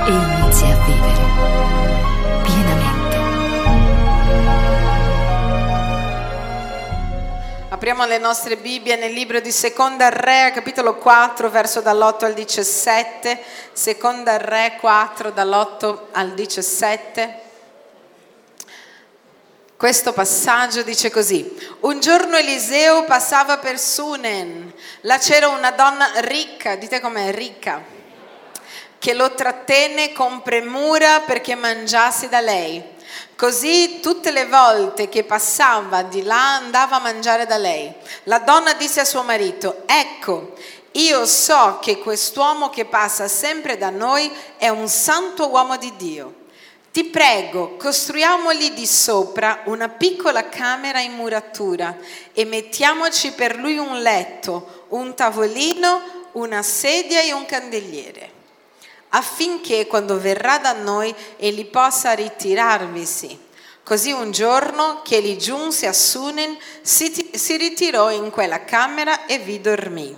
e inizi a vivere pienamente. Apriamo le nostre Bibbie nel libro di Seconda Re, capitolo 4, verso dall'8 al 17. Seconda Re 4, dall'8 al 17. Questo passaggio dice così: un giorno Eliseo passava per Sunem. Là c'era una donna ricca, dite com'è, ricca, che lo trattenne con premura perché mangiasse da lei. Così tutte le volte che passava di là andava a mangiare da lei. La donna disse a suo marito: ecco, io so che quest'uomo che passa sempre da noi è un santo uomo di Dio. Ti prego, costruiamogli di sopra una piccola camera in muratura e mettiamoci per lui un letto, un tavolino, una sedia e un candeliere, affinché quando verrà da noi egli possa ritirarvisi. Così un giorno che egli giunse a Sunem si ritirò in quella camera e vi dormì.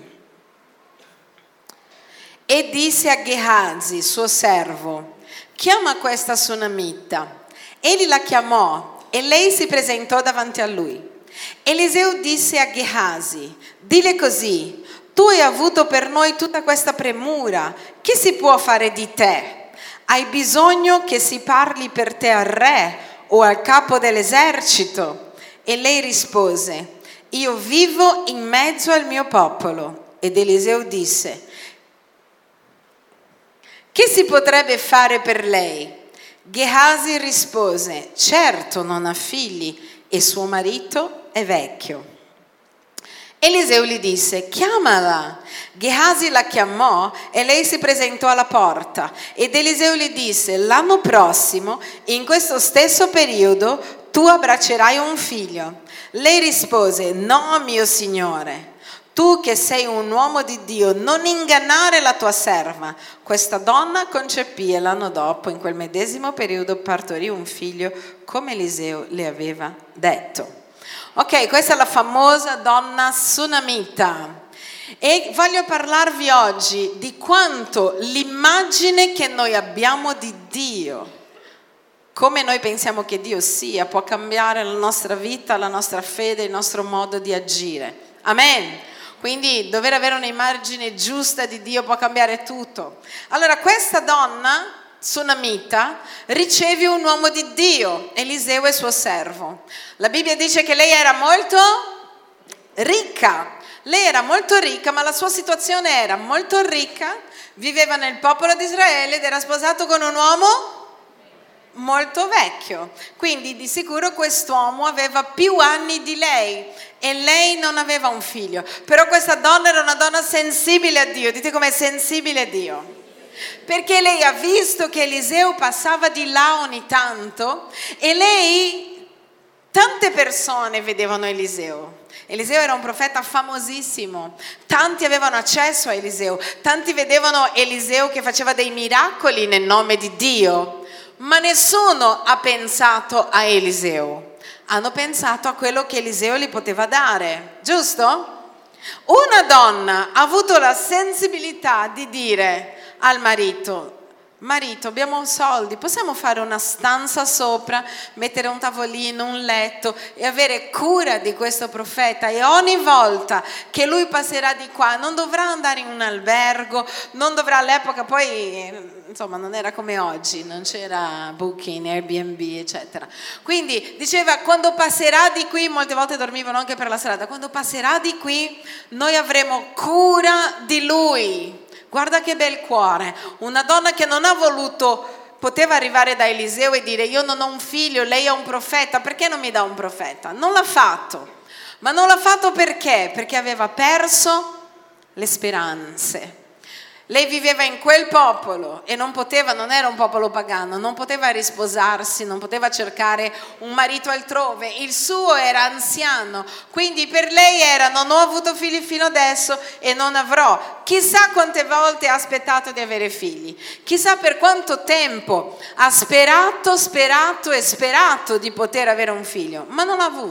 E disse a Gehazi, suo servo: chiama questa sunamita. Egli la chiamò e lei si presentò davanti a lui. Eliseo disse a Gehazi: dille così: tu hai avuto per noi tutta questa premura, che si può fare di te? Hai bisogno che si parli per te al re o al capo dell'esercito? E lei rispose: io vivo in mezzo al mio popolo. Ed Eliseo disse: che si potrebbe fare per lei? Gehazi rispose: certo, non ha figli e suo marito è vecchio. Eliseo gli disse: chiamala. Gehazi la chiamò e lei si presentò alla porta. Ed Eliseo gli disse: l'anno prossimo, in questo stesso periodo, tu abbraccerai un figlio. Lei rispose: no, mio signore. Tu che sei un uomo di Dio, non ingannare la tua serva. Questa donna concepì e l'anno dopo, in quel medesimo periodo, partorì un figlio come Eliseo le aveva detto. Ok, questa è la famosa donna sunamita. E voglio parlarvi oggi di quanto l'immagine che noi abbiamo di Dio, come noi pensiamo che Dio sia, può cambiare la nostra vita, la nostra fede, il nostro modo di agire. Amen. Quindi dover avere un'immagine giusta di Dio può cambiare tutto. Allora questa donna sunamita riceve un uomo di Dio, Eliseo è suo servo. La Bibbia dice che lei era molto ricca. Lei era molto ricca, ma la sua situazione era molto ricca, viveva nel popolo di Israele ed era sposato con un uomo molto vecchio. Quindi di sicuro quest'uomo aveva più anni di lei e lei non aveva un figlio. Però questa donna era una donna sensibile a Dio. Dite com'è sensibile a Dio. Perché lei ha visto che Eliseo passava di là ogni tanto e lei, tante persone vedevano Eliseo. Eliseo era un profeta famosissimo, tanti avevano accesso a Eliseo, tanti vedevano Eliseo che faceva dei miracoli nel nome di Dio, ma nessuno ha pensato a Eliseo, hanno pensato a quello che Eliseo gli poteva dare, giusto? Una donna ha avuto la sensibilità di dire al marito: marito, abbiamo soldi, possiamo fare una stanza sopra, mettere un tavolino, un letto e avere cura di questo profeta, e ogni volta che lui passerà di qua non dovrà andare in un albergo, non dovrà, all'epoca poi insomma non era come oggi, non c'era Booking, Airbnb eccetera, quindi diceva: quando passerà di qui, molte volte dormivano anche per la strada, quando passerà di qui noi avremo cura di lui. Guarda che bel cuore, una donna che non ha voluto, poteva arrivare da Eliseo e dire: io non ho un figlio, lei è un profeta, perché non mi dà un profeta? Non l'ha fatto, ma non l'ha fatto perché? Perché aveva perso le speranze. Lei viveva in quel popolo e non poteva, non era un popolo pagano, non poteva risposarsi, non poteva cercare un marito altrove, il suo era anziano, quindi per lei era: non ho avuto figli fino adesso e non avrò. Chissà quante volte ha aspettato di avere figli, chissà per quanto tempo ha sperato di poter avere un figlio, ma non l'ha avuto.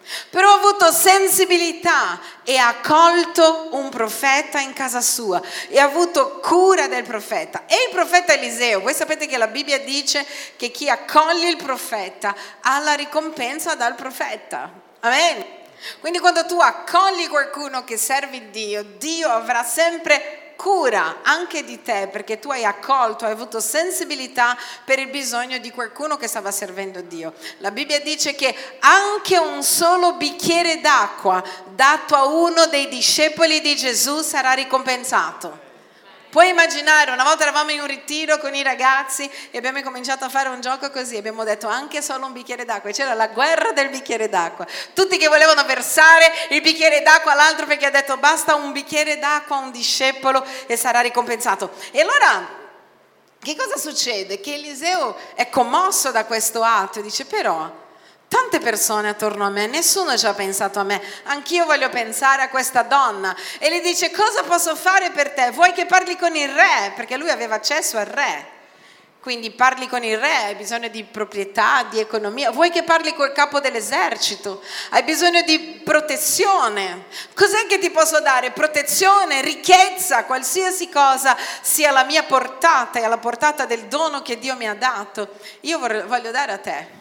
però ha avuto sensibilità e ha accolto un profeta in casa sua e ha avuto cura del profeta. E il profeta Eliseo, voi sapete che la Bibbia dice che chi accoglie il profeta ha la ricompensa dal profeta. Amen. Quindi quando tu accogli qualcuno che serve Dio, Dio avrà sempre cura anche di te, perché tu hai accolto, hai avuto sensibilità per il bisogno di qualcuno che stava servendo Dio. La Bibbia dice che anche un solo bicchiere d'acqua dato a uno dei discepoli di Gesù sarà ricompensato. Puoi immaginare, una volta eravamo in un ritiro con i ragazzi e abbiamo cominciato a fare un gioco così, abbiamo detto anche solo un bicchiere d'acqua, e c'era la guerra del bicchiere d'acqua, tutti che volevano versare il bicchiere d'acqua all'altro perché ha detto basta un bicchiere d'acqua a un discepolo e sarà ricompensato. E allora che cosa succede? Che Eliseo è commosso da questo atto e dice però tante persone attorno a me, nessuno ci ha pensato a me, anch'io voglio pensare a questa donna. E gli dice cosa posso fare per te? Vuoi che parli con il re? Perché lui aveva accesso al re. Quindi parli con il re, hai bisogno di proprietà, di economia. Vuoi che parli col capo dell'esercito? Hai bisogno di protezione. Cos'è che ti posso dare? Protezione, ricchezza, qualsiasi cosa sia alla mia portata e alla portata del dono che Dio mi ha dato. Io voglio dare a te.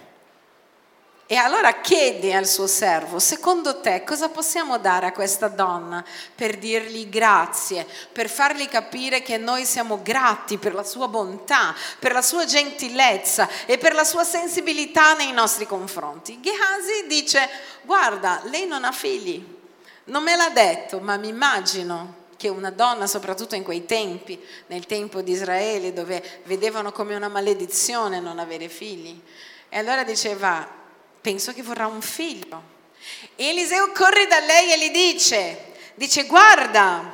E allora chiede al suo servo, secondo te cosa possiamo dare a questa donna per dirgli grazie, per fargli capire che noi siamo grati per la sua bontà, per la sua gentilezza e per la sua sensibilità nei nostri confronti? Gehazi dice, guarda, lei non ha figli, non me l'ha detto, ma mi immagino che una donna, soprattutto in quei tempi, nel tempo di Israele, dove vedevano come una maledizione non avere figli, e allora diceva, penso che vorrà un figlio. E Eliseo corre da lei e gli dice guarda,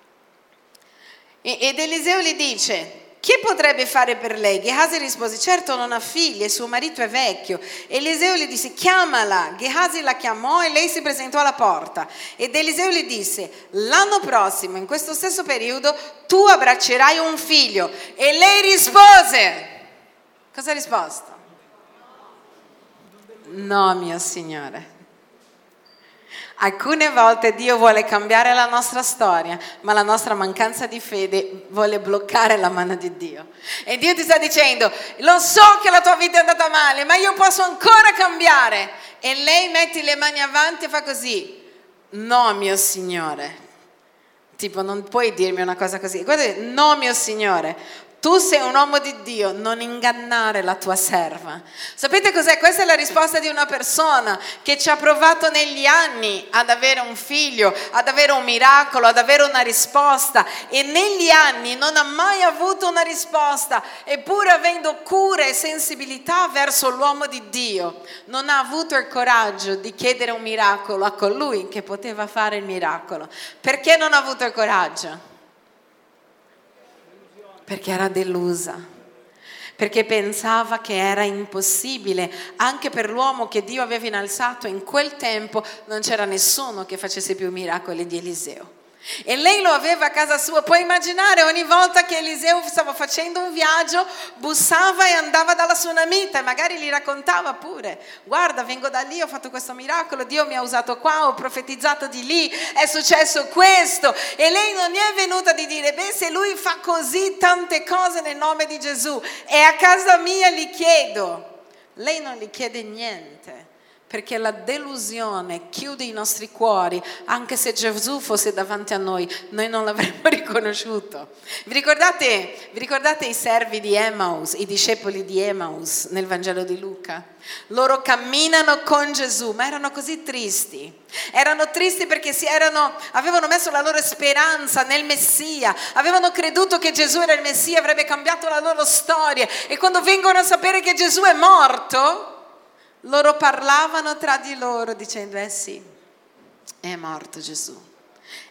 ed Eliseo gli dice, chi potrebbe fare per lei? Gehazi rispose, certo non ha figli e suo marito è vecchio. Eliseo gli disse, chiamala. Gehazi la chiamò e lei si presentò alla porta. Ed Eliseo gli disse, l'anno prossimo, in questo stesso periodo, tu abbraccerai un figlio. E lei rispose, cosa ha risposto? No, mio Signore. Alcune volte Dio vuole cambiare la nostra storia, ma la nostra mancanza di fede vuole bloccare la mano di Dio. E Dio ti sta dicendo, lo so che la tua vita è andata male, ma io posso ancora cambiare. E lei mette le mani avanti e fa così, no, mio Signore. Tipo, non puoi dirmi una cosa così. Guardate, no, mio Signore. Tu sei un uomo di Dio, non ingannare la tua serva. Sapete cos'è? Questa è la risposta di una persona che ci ha provato negli anni ad avere un figlio, ad avere un miracolo, ad avere una risposta, e negli anni non ha mai avuto una risposta, eppure avendo cura e sensibilità verso l'uomo di Dio, non ha avuto il coraggio di chiedere un miracolo a colui che poteva fare il miracolo. Perché non ha avuto il coraggio? Perché era delusa, perché pensava che era impossibile. Anche per l'uomo che Dio aveva innalzato in quel tempo non c'era nessuno che facesse più miracoli di Eliseo. E lei lo aveva a casa sua. Puoi immaginare, ogni volta che Eliseo stava facendo un viaggio, bussava e andava dalla sunamita e magari gli raccontava pure, guarda, vengo da lì, ho fatto questo miracolo, Dio mi ha usato qua, ho profetizzato di lì, è successo questo. E lei non gli è venuta di dire, beh, se lui fa così tante cose nel nome di Gesù e a casa mia gli chiedo. Lei non gli chiede niente, perché la delusione chiude i nostri cuori. Anche se Gesù fosse davanti a noi non l'avremmo riconosciuto. Vi ricordate i servi di Emmaus, i discepoli di Emmaus nel Vangelo di Luca? Loro camminano con Gesù, ma erano così tristi. Erano tristi perché avevano messo la loro speranza nel Messia, avevano creduto che Gesù era il Messia, avrebbe cambiato la loro storia, e quando vengono a sapere che Gesù è morto, loro parlavano tra di loro dicendo, sì, è morto Gesù.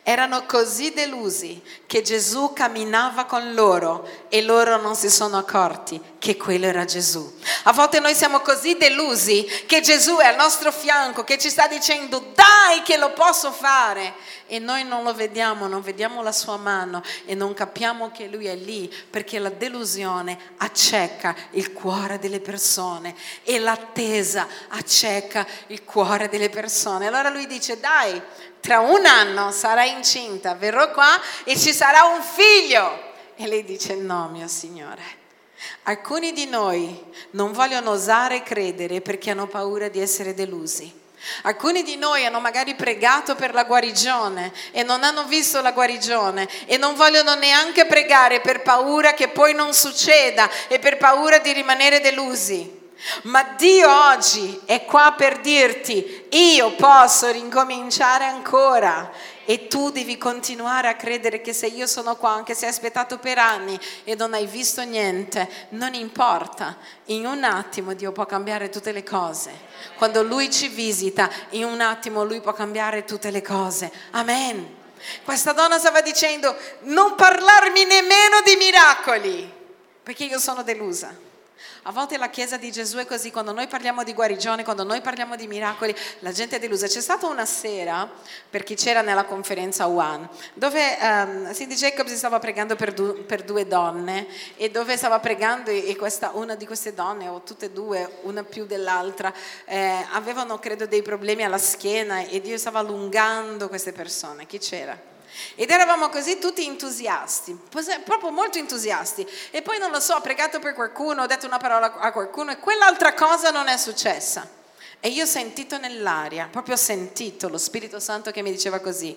Erano così delusi che Gesù camminava con loro e loro non si sono accorti che quello era Gesù. A volte noi siamo così delusi che Gesù è al nostro fianco, che ci sta dicendo dai che lo posso fare, e noi non lo vediamo, non vediamo la sua mano e non capiamo che Lui è lì, perché la delusione acceca il cuore delle persone e l'attesa acceca il cuore delle persone. Allora Lui dice dai, tra un anno sarai incinta, verrò qua e ci sarà un figlio. E lei dice no, mio Signore. Alcuni di noi non vogliono osare credere perché hanno paura di essere delusi. Alcuni di noi hanno magari pregato per la guarigione e non hanno visto la guarigione e non vogliono neanche pregare per paura che poi non succeda e per paura di rimanere delusi. Ma Dio oggi è qua per dirti io posso rincominciare ancora e tu devi continuare a credere che se io sono qua, anche se hai aspettato per anni e non hai visto niente, non importa, in un attimo Dio può cambiare tutte le cose. Quando Lui ci visita, in un attimo Lui può cambiare tutte le cose. Amen. Questa donna stava dicendo non parlarmi nemmeno di miracoli perché io sono delusa. A volte la Chiesa di Gesù è così, quando noi parliamo di guarigione, quando noi parliamo di miracoli, la gente è delusa. C'è stata una sera, per chi c'era nella conferenza One, dove Cindy Jacobs stava pregando per due donne, e dove stava pregando e una di queste donne, o tutte e due, una più dell'altra, avevano credo dei problemi alla schiena e Dio stava allungando queste persone. Chi c'era? Ed eravamo così tutti entusiasti, proprio molto entusiasti, e poi non lo so, ho pregato per qualcuno, ho detto una parola a qualcuno e quell'altra cosa non è successa, e io ho sentito nell'aria, proprio ho sentito lo Spirito Santo che mi diceva così: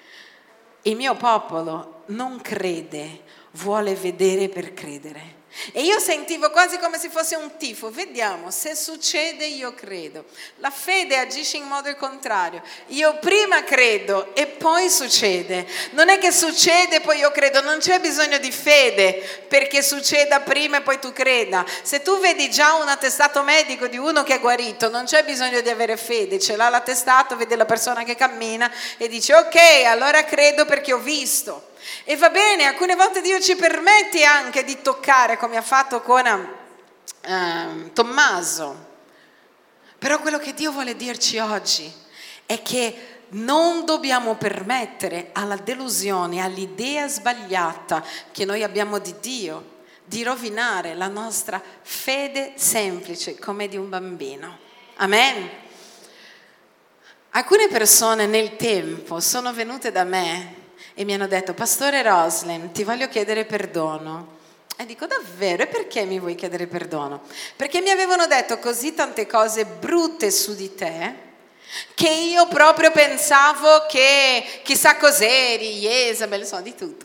il mio popolo non crede, vuole vedere per credere. E io sentivo quasi come se fosse un tifo, vediamo, se succede io credo. La fede agisce in modo contrario, io prima credo e poi succede. Non è che succede e poi io credo, non c'è bisogno di fede perché succeda prima e poi tu creda. Se tu vedi già un attestato medico di uno che è guarito, non c'è bisogno di avere fede, ce l'ha l'attestato, vede la persona che cammina e dice ok, allora credo perché ho visto. E va bene, alcune volte Dio ci permette anche di toccare, come ha fatto con Tommaso. Però quello che Dio vuole dirci oggi è che non dobbiamo permettere alla delusione, all'idea sbagliata che noi abbiamo di Dio, di rovinare la nostra fede semplice come di un bambino. Amen. Alcune persone nel tempo sono venute da me e mi hanno detto: Pastore Roslyn, ti voglio chiedere perdono. E dico: davvero? E perché mi vuoi chiedere perdono? Perché mi avevano detto così tante cose brutte su di te che io proprio pensavo che chissà cos'eri, Jezabel, so di tutto.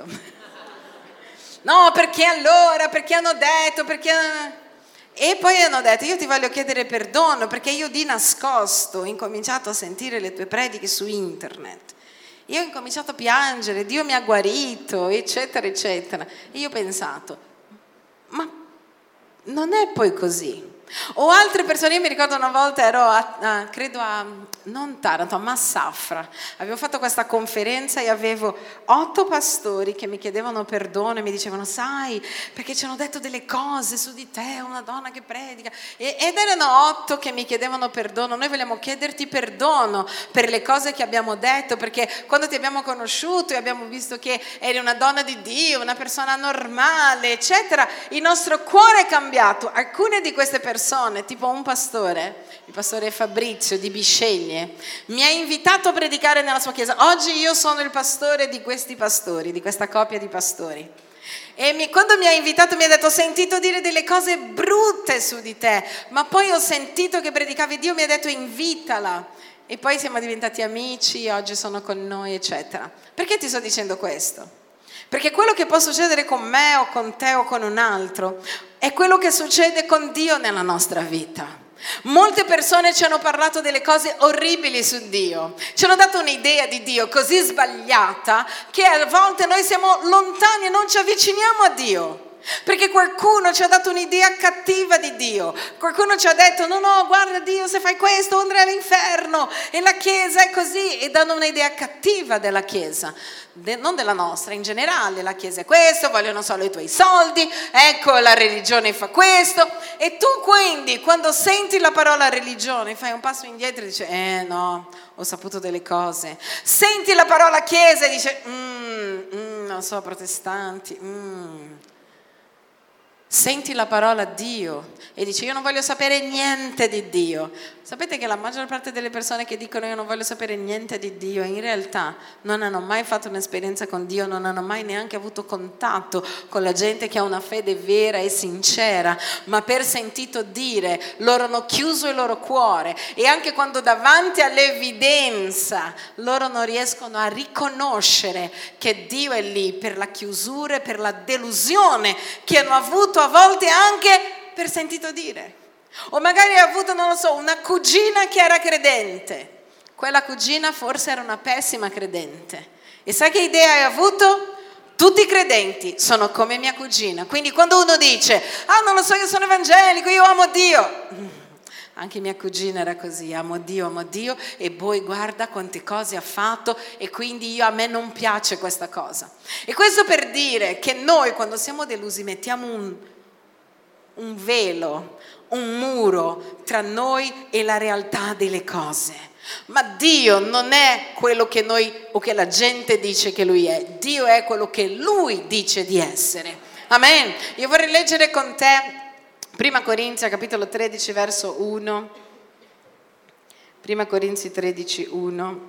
No, perché allora? Perché hanno detto? Perché... E poi hanno detto: io ti voglio chiedere perdono perché io di nascosto ho incominciato a sentire le tue prediche su internet. Io ho incominciato a piangere, Dio mi ha guarito, eccetera, eccetera. E io ho pensato, ma non è poi così. O altre persone, io mi ricordo una volta ero credo non Taranto, a Massafra, avevo fatto questa conferenza e avevo 8 pastori che mi chiedevano perdono e mi dicevano: sai, perché ci hanno detto delle cose su di te, una donna che predica, ed erano 8 che mi chiedevano perdono. Noi vogliamo chiederti perdono per le cose che abbiamo detto, perché quando ti abbiamo conosciuto e abbiamo visto che eri una donna di Dio, una persona normale, eccetera, il nostro cuore è cambiato. Alcune di queste persone, tipo un pastore, il pastore Fabrizio di Bisceglie, mi ha invitato a predicare nella sua chiesa. Oggi io sono il pastore di questi pastori, di questa coppia di pastori. E quando mi ha invitato mi ha detto: ho sentito dire delle cose brutte su di te, ma poi ho sentito che predicavi Dio, mi ha detto invitala. E poi siamo diventati amici, oggi sono con noi, eccetera. Perché ti sto dicendo questo? Perché quello che può succedere con me o con te o con un altro è quello che succede con Dio nella nostra vita. Molte persone ci hanno parlato delle cose orribili su Dio, ci hanno dato un'idea di Dio così sbagliata che a volte noi siamo lontani e non ci avviciniamo a Dio. Perché qualcuno ci ha dato un'idea cattiva di Dio. Qualcuno ci ha detto, no, guarda Dio, se fai questo andrai all'inferno. E la Chiesa è così. E danno un'idea cattiva della Chiesa. Non della nostra, in generale. La Chiesa è questo, vogliono solo i tuoi soldi. Ecco, la religione fa questo. E tu quindi, quando senti la parola religione, fai un passo indietro e dici, no, ho saputo delle cose. Senti la parola Chiesa e dici, non so, protestanti, Senti la parola Dio e dici io non voglio sapere niente di Dio. Sapete che la maggior parte delle persone che dicono io non voglio sapere niente di Dio in realtà non hanno mai fatto un'esperienza con Dio, non hanno mai neanche avuto contatto con la gente che ha una fede vera e sincera, ma per sentito dire loro hanno chiuso il loro cuore e anche quando davanti all'evidenza loro non riescono a riconoscere che Dio è lì per la chiusura e per la delusione che hanno avuto a volte anche per sentito dire. O magari hai avuto, non lo so, una cugina che era credente. Quella cugina forse era una pessima credente. E sai che idea hai avuto? Tutti i credenti sono come mia cugina. Quindi quando uno dice, non lo so, io sono evangelico, io amo Dio. Anche mia cugina era così, amo Dio, e poi guarda quante cose ha fatto e quindi a me non piace questa cosa. E questo per dire che noi quando siamo delusi mettiamo un velo, un muro tra noi e la realtà delle cose. Ma Dio non è quello che noi o che la gente dice che Lui è. Dio è quello che Lui dice di essere. Amen. Io vorrei leggere con te Prima Corinzi, capitolo 13, verso 1. Prima Corinzi 13, 1.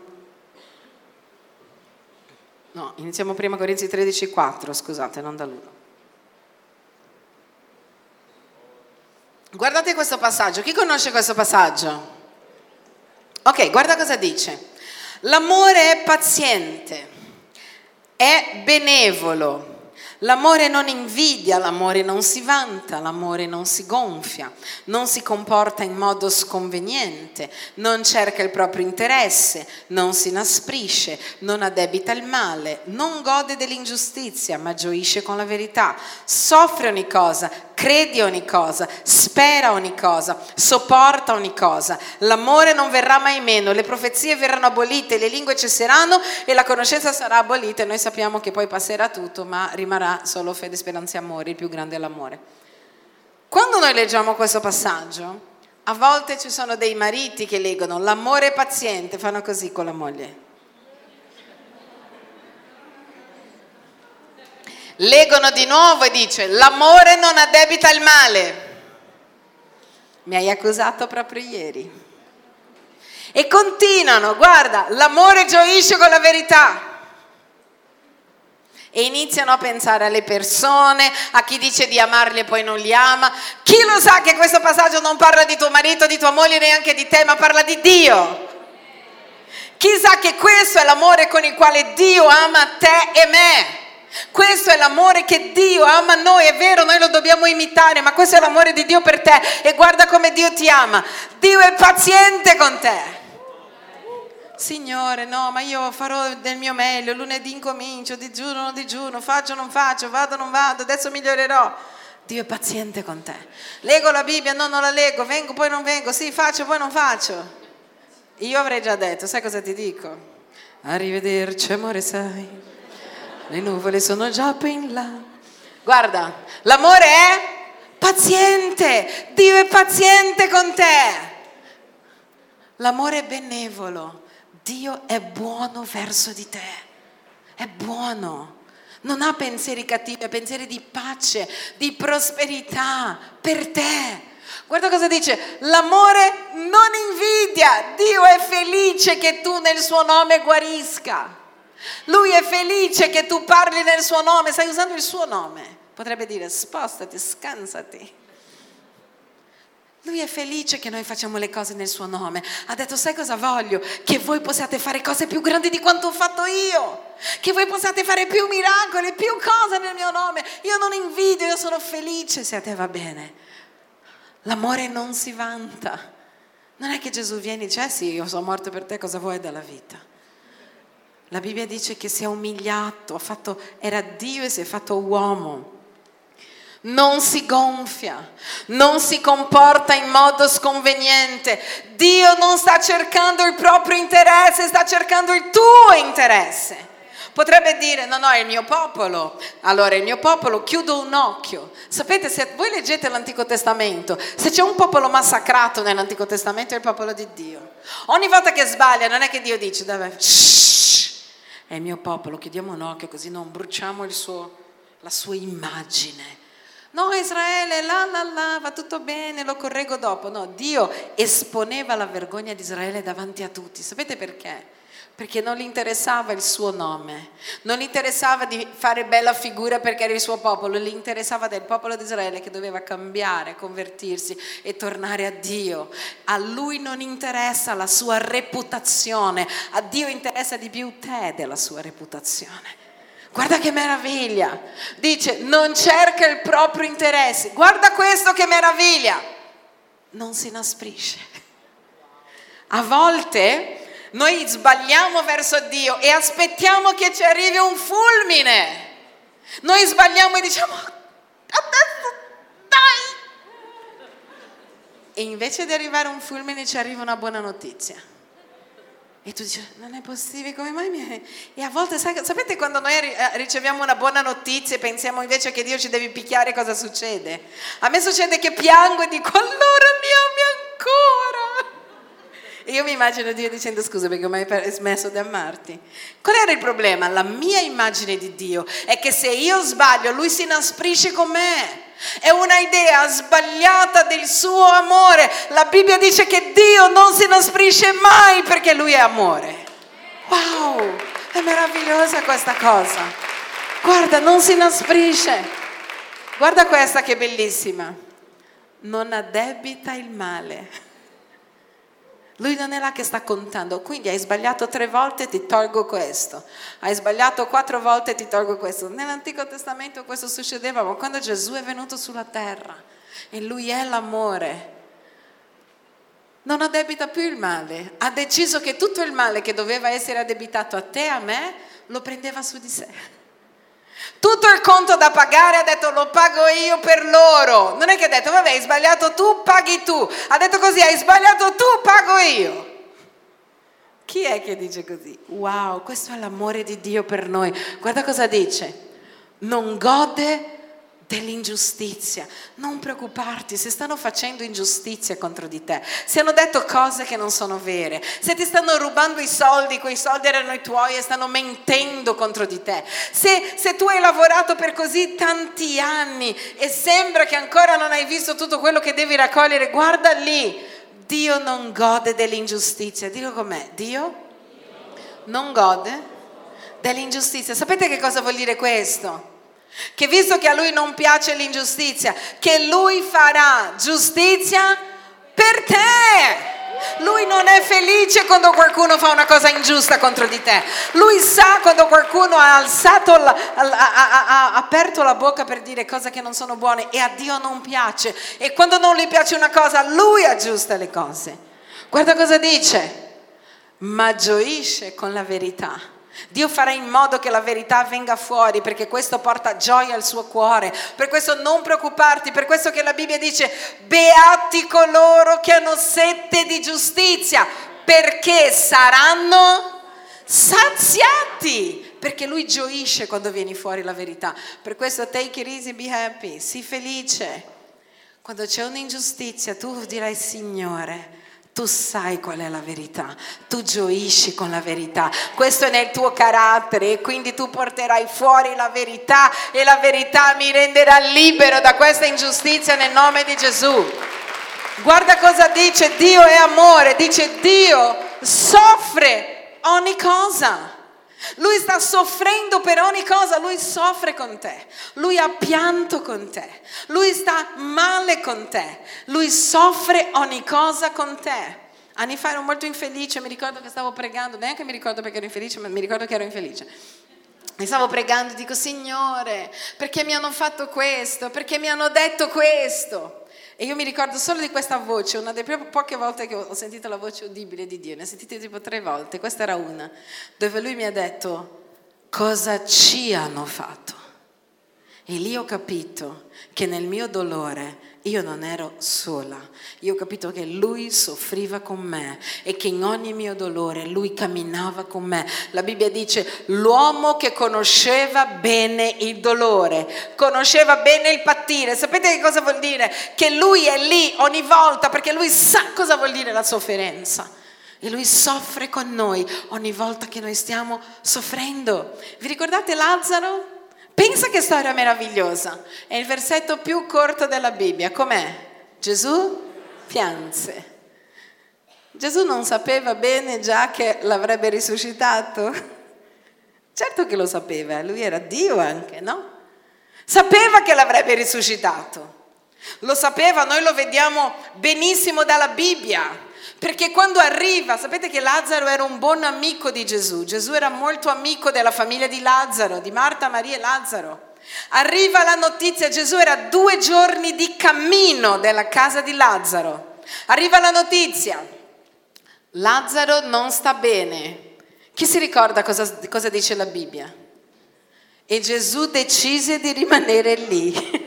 No, iniziamo Prima Corinzi 13, 4, scusate, non dall'1. Guardate questo passaggio. Chi conosce questo passaggio? Ok, guarda cosa dice. L'amore è paziente, è benevolo. L'amore non invidia, l'amore non si vanta, l'amore non si gonfia, non si comporta in modo sconveniente, non cerca il proprio interesse, non si inasprisce, non addebita il male, non gode dell'ingiustizia, ma gioisce con la verità, soffre ogni cosa, crede ogni cosa, spera ogni cosa, sopporta ogni cosa. L'amore non verrà mai meno, le profezie verranno abolite, le lingue cesseranno e la conoscenza sarà abolita. E noi sappiamo che poi passerà tutto, ma rimarrà solo fede, speranza e amore, il più grande è l'amore. Quando noi leggiamo questo passaggio, a volte ci sono dei mariti che leggono l'amore paziente, fanno così con la moglie. Leggono di nuovo e dice l'amore non addebita il male. Mi hai accusato proprio ieri. E continuano, guarda, l'amore gioisce con la verità. E iniziano a pensare alle persone, a chi dice di amarli e poi non li ama. Chi lo sa che questo passaggio non parla di tuo marito, di tua moglie, neanche di te, ma parla di Dio? Chi sa che questo è l'amore con il quale Dio ama te e me? Questo è l'amore che Dio ama noi, è vero, noi lo dobbiamo imitare, ma questo è l'amore di Dio per te e guarda come Dio ti ama. Dio è paziente con te. Signore, no, ma io farò del mio meglio, lunedì incomincio, digiuno, non digiuno, faccio, non faccio, vado, non vado, adesso migliorerò. Dio è paziente con te. Leggo la Bibbia, no, non la leggo, vengo, poi non vengo, sì, faccio, poi non faccio. Io avrei già detto, sai cosa ti dico? Arrivederci, amore, sai, le nuvole sono già più in là. Guarda, l'amore è paziente, Dio è paziente con te. L'amore è benevolo. Dio è buono verso di te, è buono, non ha pensieri cattivi, ha pensieri di pace, di prosperità per te. Guarda cosa dice, l'amore non invidia, Dio è felice che tu nel suo nome guarisca, Lui è felice che tu parli nel suo nome, stai usando il suo nome, potrebbe dire spostati, scansati. Lui è felice che noi facciamo le cose nel suo nome. Ha detto, sai cosa voglio? Che voi possiate fare cose più grandi di quanto ho fatto io. Che voi possiate fare più miracoli, più cose nel mio nome. Io non invidio, io sono felice se a te va bene. L'amore non si vanta. Non è che Gesù viene e dice, sì, io sono morto per te, cosa vuoi dalla vita? La Bibbia dice che si è umiliato, era Dio e si è fatto uomo. non si gonfia, non si comporta in modo sconveniente. Dio non sta cercando il proprio interesse, sta cercando il tuo interesse. Potrebbe dire, no, è il mio popolo. Allora, il mio popolo, chiudo un occhio. Sapete, se voi leggete l'Antico Testamento, se c'è un popolo massacrato nell'Antico Testamento è il popolo di Dio. Ogni volta che sbaglia, non è che Dio dice, è il mio popolo, chiudiamo un occhio così non bruciamo la sua immagine. No, Israele, va tutto bene, lo correggo dopo. No, Dio esponeva la vergogna di Israele davanti a tutti. Sapete perché? Perché non gli interessava il suo nome, non gli interessava di fare bella figura perché era il suo popolo, gli interessava del popolo di Israele che doveva cambiare, convertirsi e tornare a Dio. A lui non interessa la sua reputazione, a Dio interessa di più te della sua reputazione. Guarda che meraviglia, dice non cerca il proprio interesse, guarda questo che meraviglia, non si inasprisce. A volte noi sbagliamo verso Dio e aspettiamo che ci arrivi un fulmine, noi sbagliamo e diciamo adesso dai, e invece di arrivare un fulmine ci arriva una buona notizia. E tu dici, non è possibile, come mai E a volte, sapete quando noi riceviamo una buona notizia e pensiamo invece che Dio ci deve picchiare, cosa succede? A me succede che piango e dico, allora mi ami ancora? E io mi immagino Dio dicendo, scusa perché mi hai smesso di amarti. Qual era il problema? La mia immagine di Dio è che se io sbaglio, Lui si inasprisce con me. È una idea sbagliata del suo amore. La Bibbia dice che Dio non si inasprisce mai perché Lui è amore. Wow, è meravigliosa questa cosa. Guarda, non si inasprisce. Guarda questa che bellissima. Non addebita il male. Lui non è là che sta contando, quindi hai sbagliato 3 volte, ti tolgo questo. Hai sbagliato 4 volte, ti tolgo questo. Nell'Antico Testamento questo succedeva, ma quando Gesù è venuto sulla terra e Lui è l'amore, non addebita più il male. Ha deciso che tutto il male che doveva essere addebitato a te e a me, lo prendeva su di sé. Tutto il conto da pagare ha detto lo pago io per loro. Non è che ha detto vabbè hai sbagliato tu, paghi tu. Ha detto così, hai sbagliato tu, pago io. Chi è che dice così? Wow, questo è l'amore di Dio per noi. Guarda cosa dice. Non gode dell'ingiustizia. Non preoccuparti se stanno facendo ingiustizia contro di te, se hanno detto cose che non sono vere, se ti stanno rubando i soldi, quei soldi erano i tuoi e stanno mentendo contro di te, se tu hai lavorato per così tanti anni e sembra che ancora non hai visto tutto quello che devi raccogliere, guarda lì, Dio non gode dell'ingiustizia. Dillo com'è, Dio non gode dell'ingiustizia. Sapete che cosa vuol dire questo? Che visto che a Lui non piace l'ingiustizia, che Lui farà giustizia per te. Lui non è felice quando qualcuno fa una cosa ingiusta contro di te. Lui sa quando qualcuno ha aperto la bocca per dire cose che non sono buone e a Dio non piace. E quando non gli piace una cosa, Lui aggiusta le cose. Guarda cosa dice. Ma gioisce con la verità. Dio farà in modo che la verità venga fuori perché questo porta gioia al suo cuore. Per questo non preoccuparti, per questo che la Bibbia dice beati coloro che hanno sete di giustizia perché saranno saziati, perché Lui gioisce quando viene fuori la verità. Per questo take it easy, be happy, sii felice. Quando c'è un'ingiustizia tu dirai Signore, tu sai qual è la verità, tu gioisci con la verità, questo è nel tuo carattere e quindi tu porterai fuori la verità e la verità mi renderà libero da questa ingiustizia nel nome di Gesù. Guarda cosa dice, Dio è amore, dice Dio soffre ogni cosa. Lui sta soffrendo per ogni cosa, Lui soffre con te, Lui ha pianto con te, Lui sta male con te, Lui soffre ogni cosa con te. Anni fa ero molto infelice, mi ricordo che stavo pregando, neanche mi ricordo perché ero infelice, ma mi ricordo che ero infelice. Mi stavo pregando, dico Signore, perché mi hanno fatto questo, perché mi hanno detto questo. E io mi ricordo solo di questa voce, una delle poche volte che ho sentito la voce udibile di Dio, ne ho sentite tipo 3 volte, questa era una, dove Lui mi ha detto, cosa ci hanno fatto? E lì ho capito che nel mio dolore io non ero sola. Io ho capito che lui soffriva con me e che in ogni mio dolore lui camminava con me. La Bibbia dice: l'uomo che conosceva bene il dolore, conosceva bene il patire. Sapete che cosa vuol dire? Che lui è lì ogni volta perché lui sa cosa vuol dire la sofferenza. E lui soffre con noi ogni volta che noi stiamo soffrendo. Vi ricordate Lazzaro? Pensa che storia meravigliosa. È il versetto più corto della Bibbia. Com'è? Gesù pianse. Gesù non sapeva bene già che l'avrebbe risuscitato? Certo che lo sapeva, lui era Dio anche, no? Sapeva che l'avrebbe risuscitato. Lo sapeva, noi lo vediamo benissimo dalla Bibbia. Perché quando arriva, sapete che Lazzaro era un buon amico di Gesù. Gesù era molto amico della famiglia di Lazzaro, di Marta, Maria e Lazzaro. Arriva la notizia, Gesù era 2 giorni di cammino dalla casa di Lazzaro. Arriva la notizia, Lazzaro non sta bene. Chi si ricorda cosa dice la Bibbia? E Gesù decise di rimanere lì.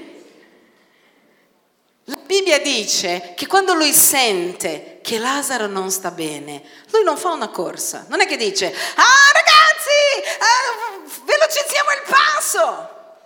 La Bibbia dice che quando lui sente che Lazzaro non sta bene, lui non fa una corsa. Non è che dice: ragazzi, velocizziamo il passo.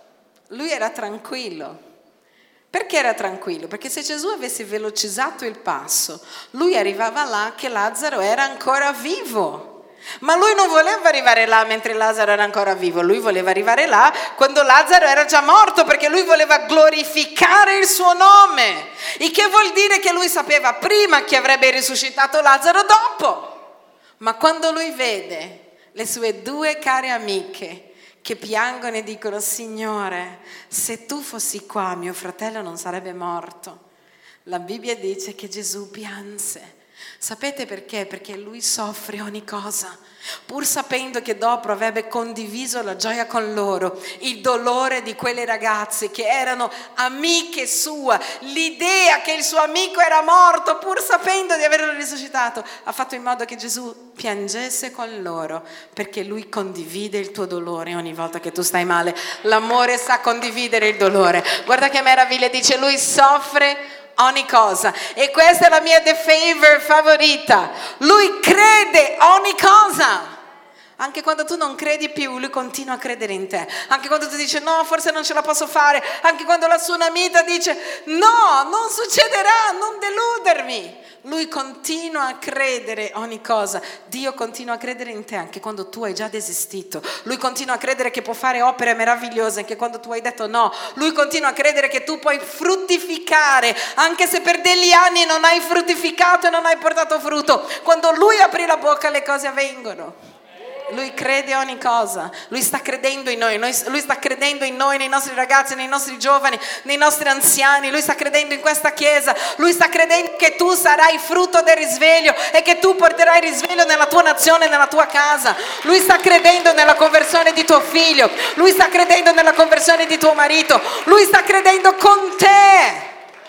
Lui era tranquillo. Perché era tranquillo? Perché se Gesù avesse velocizzato il passo, lui arrivava là che Lazzaro era ancora vivo. Ma lui non voleva arrivare là mentre Lazzaro era ancora vivo, lui voleva arrivare là quando Lazzaro era già morto, perché lui voleva glorificare il suo nome. Il che vuol dire che lui sapeva prima che avrebbe risuscitato Lazzaro dopo. Ma quando lui vede le sue 2 care amiche che piangono e dicono: Signore, se tu fossi qua mio fratello non sarebbe morto, la Bibbia dice che Gesù pianse. Sapete perché? Perché lui soffre ogni cosa, pur sapendo che dopo avrebbe condiviso la gioia con loro, il dolore di quelle ragazze che erano amiche sue, l'idea che il suo amico era morto, pur sapendo di averlo risuscitato, ha fatto in modo che Gesù piangesse con loro, perché lui condivide il tuo dolore ogni volta che tu stai male. L'amore sa condividere il dolore. Guarda che meraviglia, dice: lui soffre ogni cosa. E questa è la mia the favor favorita. Lui crede ogni cosa. Anche quando tu non credi più, lui continua a credere in te. Anche quando tu dici: no, forse non ce la posso fare. Anche quando la tsunamita dice: no, non succederà, non deludermi. Lui continua a credere ogni cosa. Dio continua a credere in te anche quando tu hai già desistito. Lui continua a credere che può fare opere meravigliose anche quando tu hai detto no. Lui continua a credere che tu puoi fruttificare anche se per degli anni non hai fruttificato e non hai portato frutto. Quando lui apre la bocca le cose avvengono. Lui crede ogni cosa. Lui sta credendo in noi. Lui sta credendo in noi, nei nostri ragazzi, nei nostri giovani, nei nostri anziani. Lui sta credendo in questa chiesa. Lui sta credendo che tu sarai frutto del risveglio e che tu porterai risveglio nella tua nazione, nella tua casa. Lui sta credendo nella conversione di tuo figlio. Lui sta credendo nella conversione di tuo marito. Lui sta credendo con te.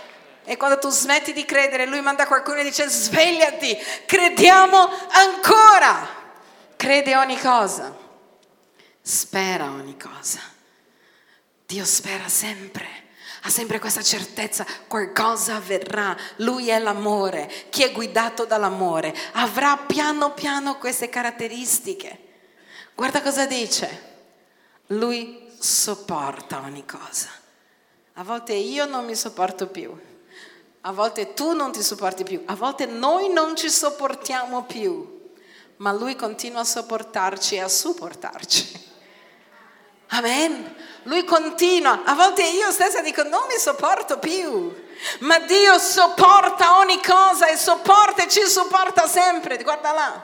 E quando tu smetti di credere, lui manda qualcuno e dice: svegliati, crediamo ancora. Crede ogni cosa, spera ogni cosa. Dio spera sempre, ha sempre questa certezza, qualcosa avverrà. Lui è l'amore, chi è guidato dall'amore avrà piano piano queste caratteristiche. Guarda cosa dice, lui sopporta ogni cosa. A volte io non mi sopporto più, a volte tu non ti sopporti più, a volte noi non ci sopportiamo più. Ma lui continua a sopportarci e a supportarci. Amen. Lui continua. A volte io stessa dico: non mi sopporto più. Ma Dio sopporta ogni cosa e sopporta e ci sopporta sempre. Guarda là.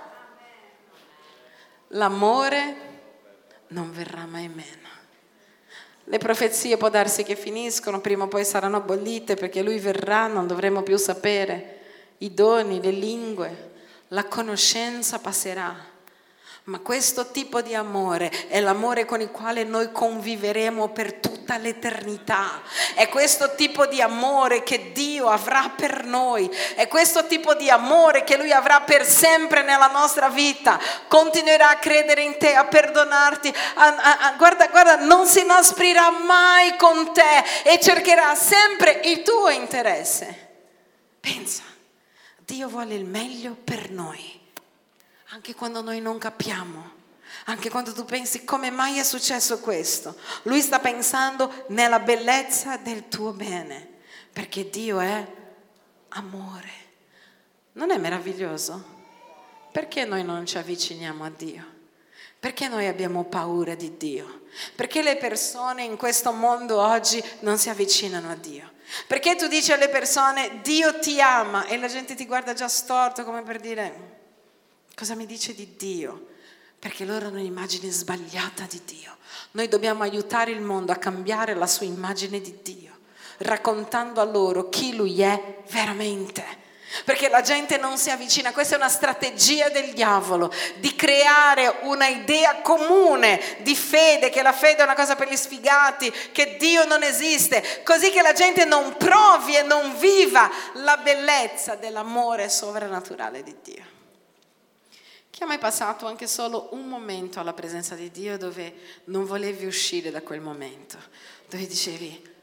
L'amore non verrà mai meno. Le profezie può darsi che finiscono, prima o poi saranno abolite, perché lui verrà, non dovremo più sapere i doni, le lingue. La conoscenza passerà, Ma questo tipo di amore è l'amore con il quale noi conviveremo per tutta l'eternità. È questo tipo di amore che Dio avrà per noi. È questo tipo di amore che Lui avrà per sempre nella nostra vita. Continuerà a credere in te, a perdonarti. Guarda, non si inasprirà mai con te e cercherà sempre il tuo interesse. Pensa, Dio vuole il meglio per noi. Anche quando noi non capiamo, anche quando tu pensi come mai è successo questo, Lui sta pensando nella bellezza del tuo bene, perché Dio è amore. Non è meraviglioso? Perché noi non ci avviciniamo a Dio? Perché noi abbiamo paura di Dio? Perché le persone in questo mondo oggi non si avvicinano a Dio? Perché tu dici alle persone Dio ti ama e la gente ti guarda già storto come per dire... Cosa mi dice di Dio? Perché loro hanno un'immagine sbagliata di Dio. Noi dobbiamo aiutare il mondo a cambiare la sua immagine di Dio, raccontando a loro chi Lui è veramente. Perché la gente non si avvicina. Questa è una strategia del diavolo, di creare una idea comune di fede, che la fede è una cosa per gli sfigati, che Dio non esiste, così che la gente non provi e non viva la bellezza dell'amore sovrannaturale di Dio. Chi ha mai passato anche solo un momento alla presenza di Dio dove non volevi uscire da quel momento, dove dicevi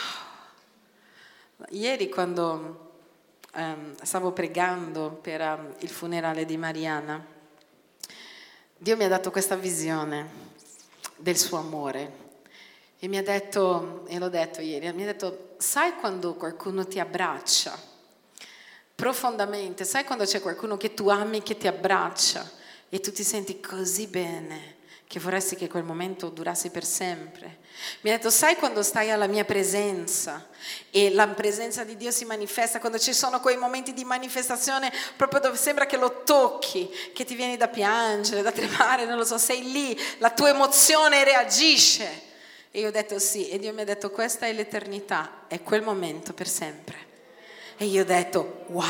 wow? Ieri quando stavo pregando per il funerale di Mariana, Dio mi ha dato questa visione del suo amore e mi ha detto, e l'ho detto ieri, mi ha detto, sai quando qualcuno ti abbraccia profondamente, sai quando c'è qualcuno che tu ami che ti abbraccia e tu ti senti così bene che vorresti che quel momento durasse per sempre? Mi ha detto, sai quando stai alla mia presenza e la presenza di Dio si manifesta, quando ci sono quei momenti di manifestazione proprio dove sembra che lo tocchi, che ti vieni da piangere, da tremare, non lo so, sei lì, la tua emozione reagisce. E io ho detto sì, e Dio mi ha detto questa è l'eternità, è quel momento per sempre. E io ho detto, wow,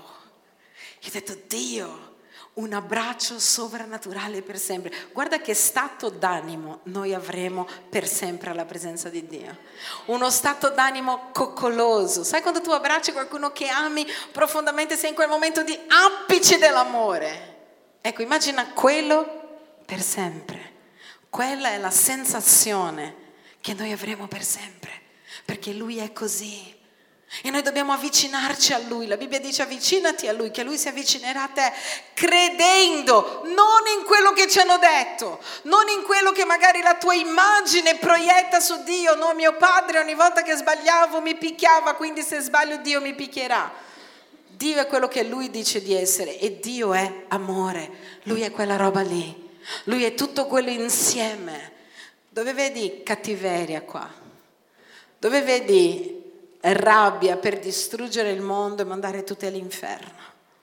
io ho detto, Dio, un abbraccio sovrannaturale per sempre. Guarda che stato d'animo noi avremo per sempre alla presenza di Dio. Uno stato d'animo coccoloso. Sai quando tu abbracci qualcuno che ami profondamente, sei in quel momento di apice dell'amore. Ecco, immagina quello per sempre. Quella è la sensazione che noi avremo per sempre, perché Lui è così. E noi dobbiamo avvicinarci a Lui. La Bibbia dice avvicinati a Lui, che Lui si avvicinerà a te credendo, non in quello che ci hanno detto, non in quello che magari la tua immagine proietta su Dio. No, mio padre ogni volta che sbagliavo mi picchiava, quindi se sbaglio Dio mi picchierà. Dio è quello che Lui dice di essere e Dio è amore. Lui è quella roba lì, Lui è tutto quello insieme. Dove vedi cattiveria qua? Dove vedi rabbia per distruggere il mondo e mandare tutti all'inferno?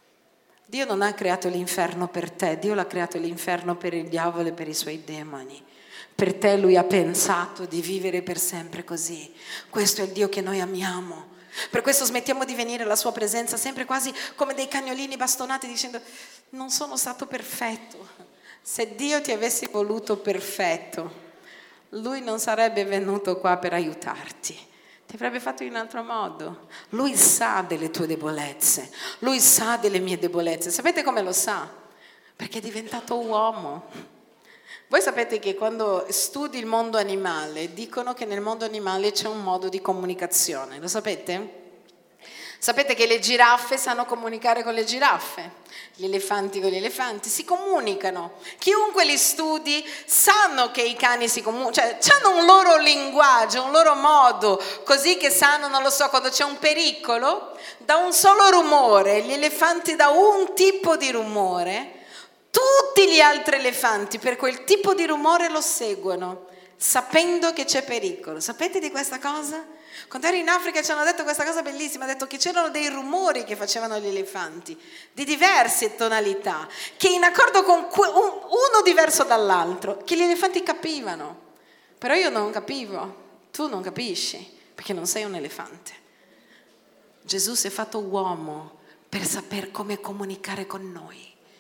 Dio non ha creato l'inferno per te, Dio l'ha creato l'inferno per il diavolo e per i suoi demoni. Per te Lui ha pensato di vivere per sempre così. Questo è il Dio che noi amiamo. Per questo smettiamo di venire alla sua presenza sempre quasi come dei cagnolini bastonati dicendo non sono stato perfetto. Se Dio ti avesse voluto perfetto, Lui non sarebbe venuto qua per aiutarti. Ti avrebbe fatto in un altro modo. Lui sa delle tue debolezze, Lui sa delle mie debolezze. Sapete come lo sa? Perché è diventato uomo. Voi sapete che quando studi il mondo animale, dicono che nel mondo animale c'è un modo di comunicazione, lo sapete? Sapete che le giraffe sanno comunicare con le giraffe, gli elefanti con gli elefanti, si comunicano. Chiunque li studi sanno che i cani si comunicano, cioè hanno un loro linguaggio, un loro modo, così che sanno, non lo so, quando c'è un pericolo, da un solo rumore, gli elefanti da un tipo di rumore, tutti gli altri elefanti per quel tipo di rumore lo seguono, sapendo che c'è pericolo. Sapete di questa cosa? Quando ero in Africa ci hanno detto questa cosa bellissima, hanno detto che c'erano dei rumori che facevano gli elefanti, di diverse tonalità, che in accordo con uno diverso dall'altro, che gli elefanti capivano. Però io non capivo, tu non capisci, perché non sei un elefante. Gesù si è fatto uomo per saper come comunicare con noi.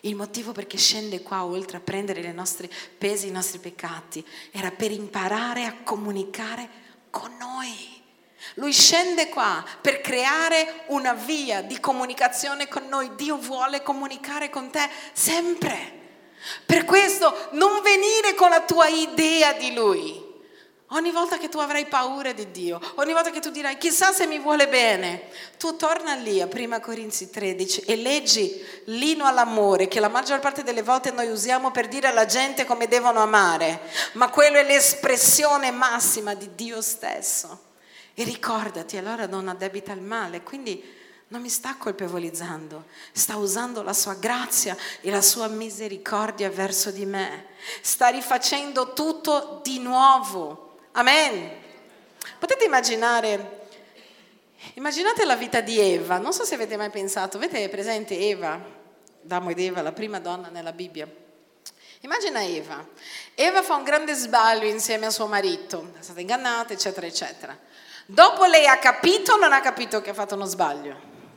Il motivo perché scende qua, oltre a prendere i nostri pesi, i nostri peccati, era per imparare a comunicare con noi. Lui scende qua per creare una via di comunicazione con noi. Dio vuole comunicare con te sempre. Per questo non venire con la tua idea di Lui. Ogni volta che tu avrai paura di Dio, ogni volta che tu dirai chissà se mi vuole bene, tu torna lì a 1 Corinzi 13 e leggi l'inno all'amore che la maggior parte delle volte noi usiamo per dire alla gente come devono amare, ma quello è l'espressione massima di Dio stesso. E ricordati, allora non addebita il male, quindi non mi sta colpevolizzando, sta usando la sua grazia e la sua misericordia verso di me, sta rifacendo tutto di nuovo. Amen. Potete immaginate la vita di Eva. Non so se avete mai pensato, avete presente Eva, Adamo ed Eva, la prima donna nella Bibbia. Immagina Eva. Eva fa un grande sbaglio insieme a suo marito, è stata ingannata, eccetera, eccetera. Dopo lei ha capito o non ha capito che ha fatto uno sbaglio?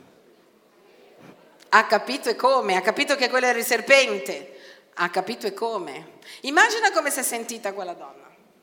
Ha capito e come? Ha capito che quello era il serpente. Ha capito e come? Immagina come si è sentita quella donna.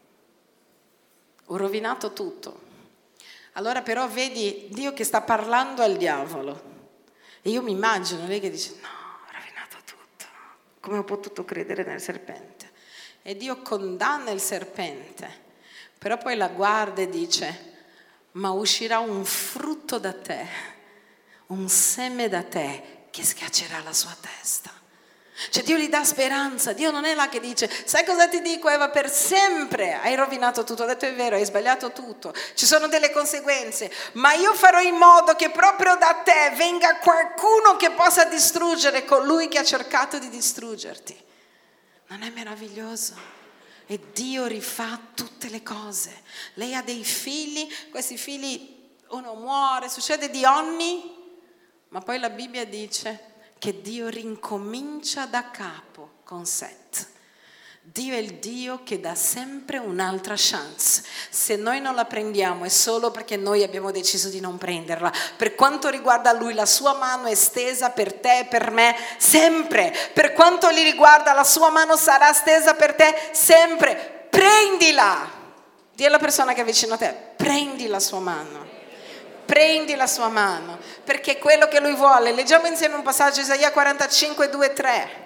Ho rovinato tutto. Allora però vedi Dio che sta parlando al diavolo. E io mi immagino lei che dice, no, ho rovinato tutto. Come ho potuto credere nel serpente? E Dio condanna il serpente. Però poi la guarda e dice, ma uscirà un frutto da te, un seme da te che schiaccerà la sua testa. Cioè Dio gli dà speranza. Dio non è là che dice, sai cosa ti dico Eva, per sempre hai rovinato tutto. Ho detto è vero, hai sbagliato tutto, ci sono delle conseguenze, ma io farò in modo che proprio da te venga qualcuno che possa distruggere colui che ha cercato di distruggerti. Non è meraviglioso? E Dio rifà tutte le cose. Lei ha dei figli, questi figli uno muore, succede di ogni, ma poi la Bibbia dice che Dio rincomincia da capo con Set. Dio è il Dio che dà sempre un'altra chance. Se noi non la prendiamo è solo perché noi abbiamo deciso di non prenderla. Per quanto riguarda Lui, la sua mano è stesa per te e per me sempre. Per quanto li riguarda, la sua mano sarà stesa per te sempre. Prendila. Dì alla persona che è vicino a te, prendi la sua mano. Prendi la sua mano, perché è quello che Lui vuole. Leggiamo insieme un passaggio, Isaia 45, 2, 3.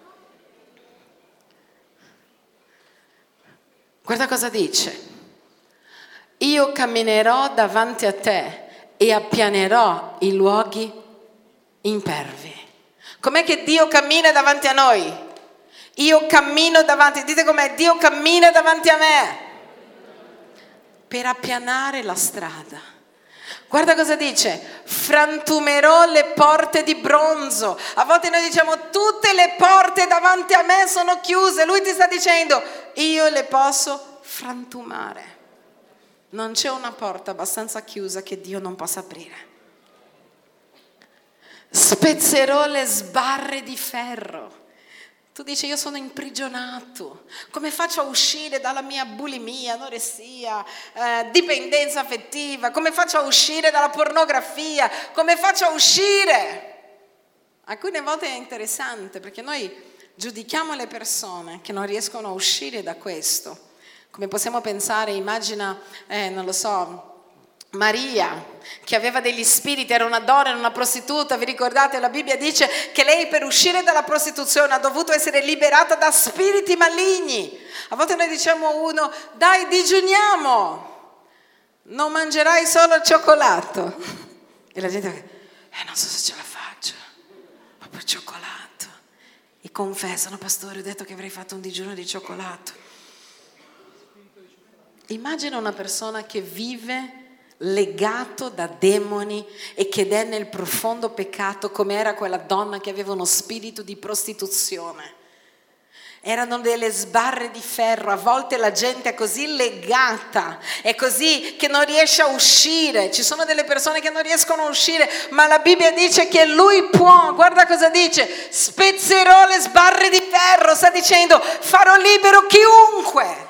Guarda cosa dice. Io camminerò davanti a te e appianerò i luoghi impervi. Com'è che Dio cammina davanti a noi? Io cammino davanti, dite com'è, Dio cammina davanti a me per appianare la strada. Guarda cosa dice, frantumerò le porte di bronzo. A volte noi diciamo tutte le porte davanti a me sono chiuse. Lui ti sta dicendo io le posso frantumare. Non c'è una porta abbastanza chiusa che Dio non possa aprire. Spezzerò le sbarre di ferro. Tu dici io sono imprigionato, come faccio a uscire dalla mia bulimia, anoressia, dipendenza affettiva, come faccio a uscire dalla pornografia, come faccio a uscire? Alcune volte è interessante perché noi giudichiamo le persone che non riescono a uscire da questo. Come possiamo pensare, immagina, non lo so, Maria, che aveva degli spiriti, era una donna, era una prostituta, vi ricordate? La Bibbia dice che lei per uscire dalla prostituzione ha dovuto essere liberata da spiriti maligni. A volte noi diciamo uno, dai digiuniamo, non mangerai solo il cioccolato. E la gente non so se ce la faccio, ma per cioccolato. E confessano, pastore, ho detto che avrei fatto un digiuno di cioccolato. Immagina una persona che vive legato da demoni e che è nel profondo peccato, come era quella donna che aveva uno spirito di prostituzione. Erano delle sbarre di ferro, a volte la gente è così legata, è così che non riesce a uscire. Ci sono delle persone che non riescono a uscire, ma la Bibbia dice che Lui può. Guarda cosa dice, spezzerò le sbarre di ferro, sta dicendo farò libero chiunque.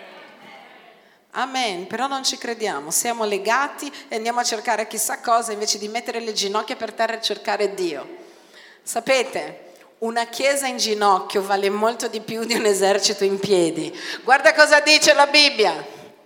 Amen, però non ci crediamo, siamo legati e andiamo a cercare chissà cosa invece di mettere le ginocchia per terra e cercare Dio. Sapete, una chiesa in ginocchio vale molto di più di un esercito in piedi. Guarda cosa dice la Bibbia.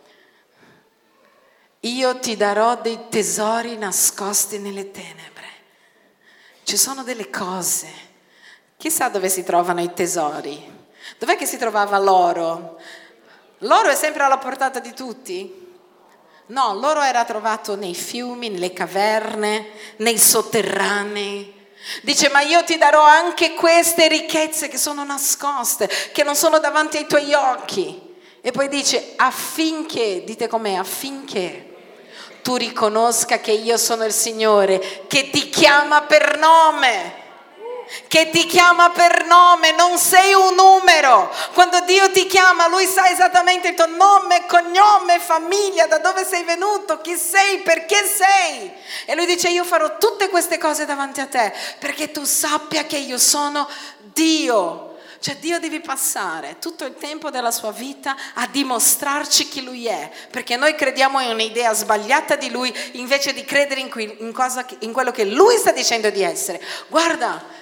Io ti darò dei tesori nascosti nelle tenebre. Ci sono delle cose. Chissà dove si trovano i tesori. Dov'è che si trovava l'oro? L'oro è sempre alla portata di tutti? No, l'oro era trovato nei fiumi, nelle caverne, nei sotterranei. Dice, ma io ti darò anche queste ricchezze che sono nascoste, che non sono davanti ai tuoi occhi. E poi dice, affinché, dite com'è, affinché tu riconosca che io sono il Signore, che ti chiama per nome. Che ti chiama per nome, non sei un numero. Quando Dio ti chiama, Lui sa esattamente il tuo nome, cognome, famiglia, da dove sei venuto, chi sei, perché sei. E Lui dice, io farò tutte queste cose davanti a te perché tu sappia che io sono Dio. Cioè Dio deve passare tutto il tempo della sua vita a dimostrarci chi Lui è, perché noi crediamo in un'idea sbagliata di Lui invece di credere in quello che Lui sta dicendo di essere. Guarda,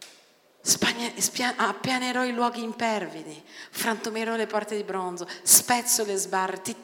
appianerò i luoghi impervidi, frantumerò le porte di bronzo, spezzo le sbarre, ti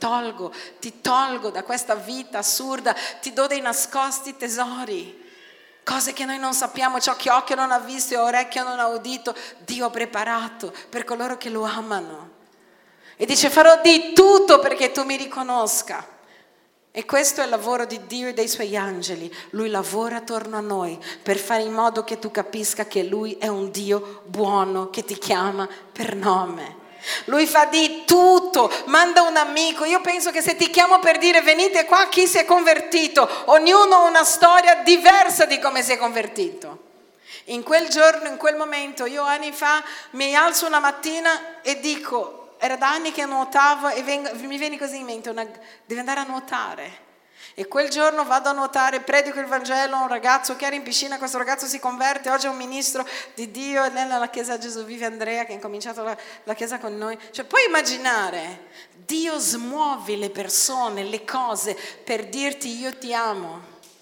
tolgo da questa vita assurda, ti do dei nascosti tesori, cose che noi non sappiamo, ciò che occhio non ha visto e orecchio non ha udito, Dio ha preparato per coloro che lo amano. E dice, farò di tutto perché tu mi riconosca. E questo è il lavoro di Dio e dei suoi angeli. Lui lavora attorno a noi per fare in modo che tu capisca che Lui è un Dio buono che ti chiama per nome. Lui fa di tutto, manda un amico. Io penso che se ti chiamo per dire venite qua, chi si è convertito? Ognuno ha una storia diversa di come si è convertito. In quel giorno, in quel momento, io anni fa mi alzo una mattina e dico, era da anni che nuotavo e mi viene così in mente, devi andare a nuotare. E quel giorno vado a nuotare, predico il Vangelo a un ragazzo che era in piscina, questo ragazzo si converte, oggi è un ministro di Dio e nella chiesa Gesù Vive Andrea che ha incominciato la chiesa con noi. Cioè puoi immaginare, Dio smuove le persone, le cose per dirti io ti amo.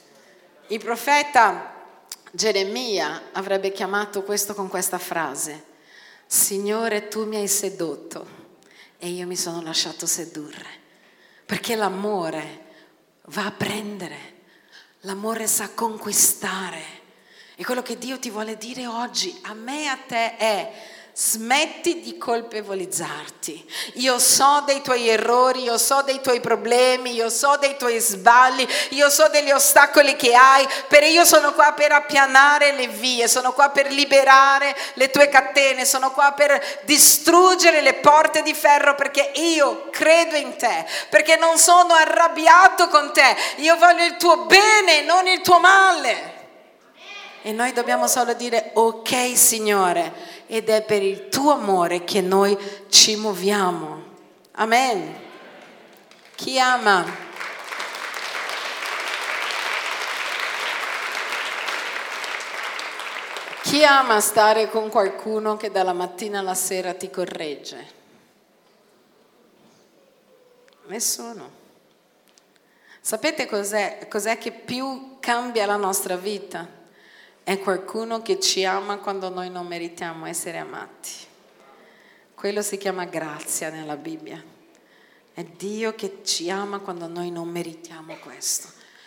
Il profeta Geremia avrebbe chiamato questo con questa frase: Signore, tu mi hai sedotto e io mi sono lasciato sedurre, perché l'amore va a prendere, l'amore sa conquistare. E quello che Dio ti vuole dire oggi a me e a te è: smetti di colpevolizzarti. Io so dei tuoi errori, io so dei tuoi problemi, io so dei tuoi sbagli, io so degli ostacoli che hai, però io sono qua per appianare le vie, sono qua per liberare le tue catene, sono qua per distruggere le porte di ferro, perché io credo in te, perché non sono arrabbiato con te, io voglio il tuo bene, non il tuo male. E noi dobbiamo solo dire ok Signore, ed è per il tuo amore che noi ci muoviamo. Amen. Chi ama? Chi ama stare con qualcuno che dalla mattina alla sera ti corregge? Nessuno. Sapete cos'è che più cambia la nostra vita? È qualcuno che ci ama quando noi non meritiamo essere amati. Quello si chiama grazia nella Bibbia. È Dio che ci ama quando noi non meritiamo questo.